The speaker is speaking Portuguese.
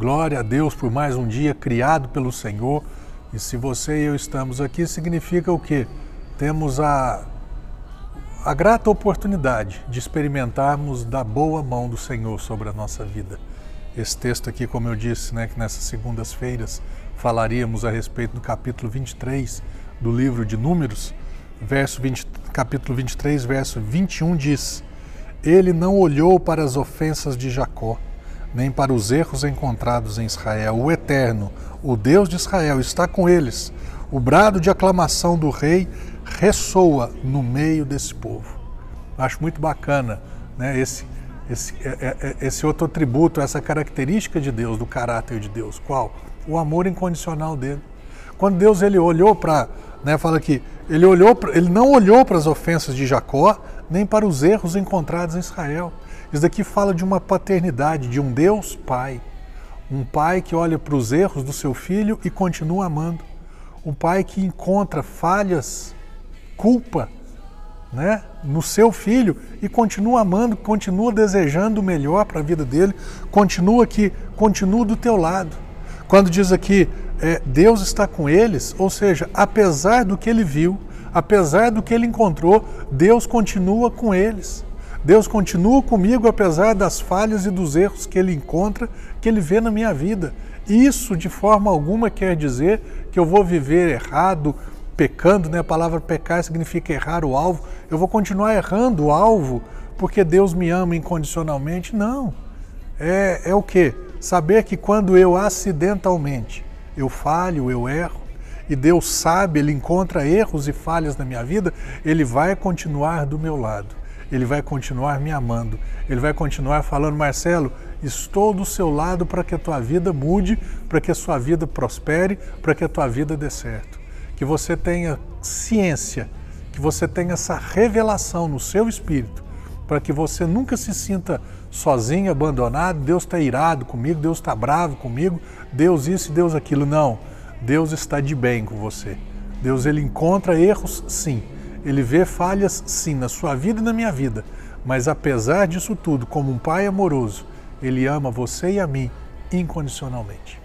Glória a Deus por mais um dia criado pelo Senhor. E se você e eu estamos aqui, significa o quê? Temos a grata oportunidade de experimentarmos da boa mão do Senhor sobre a nossa vida. Esse texto aqui, como eu disse, que nessas segundas-feiras falaríamos a respeito do capítulo 23 do livro de Números, capítulo 23, verso 21 diz: Ele não olhou para as ofensas de Jacó, nem para os erros encontrados em Israel. O Eterno, o Deus de Israel, está com eles. O brado de aclamação do rei ressoa no meio desse povo. Acho muito bacana, esse outro atributo, essa característica de Deus, do caráter de Deus. Qual? O amor incondicional dele. Quando Deus ele olhou para, fala aqui, ele não olhou para as ofensas de Jacó, nem para os erros encontrados em Israel. Isso daqui fala de uma paternidade, de um Deus Pai. Um pai que olha para os erros do seu filho e continua amando. Um pai que encontra falhas, culpa, no seu filho e continua amando, continua desejando o melhor para a vida dele, continua do teu lado. Quando diz aqui, Deus está com eles, ou seja, apesar do que ele viu, apesar do que ele encontrou, Deus continua com eles. Deus continua comigo apesar das falhas e dos erros que ele encontra, que ele vê na minha vida. Isso de forma alguma quer dizer que eu vou viver errado, pecando, a palavra pecar significa errar o alvo. Eu vou continuar errando o alvo porque Deus me ama incondicionalmente? Não. É o quê? Saber que quando eu acidentalmente, eu falho, eu erro, e Deus sabe, Ele encontra erros e falhas na minha vida, Ele vai continuar do meu lado. Ele vai continuar me amando. Ele vai continuar falando: Marcelo, estou do seu lado para que a tua vida mude, para que a sua vida prospere, para que a tua vida dê certo. Que você tenha ciência, que você tenha essa revelação no seu espírito, para que você nunca se sinta sozinho, abandonado. Deus está irado comigo, Deus está bravo comigo, Deus isso e Deus aquilo. Não, Deus está de bem com você. Deus ele encontra erros, sim. Ele vê falhas, sim, na sua vida e na minha vida. Mas apesar disso tudo, como um pai amoroso, Ele ama você e a mim incondicionalmente.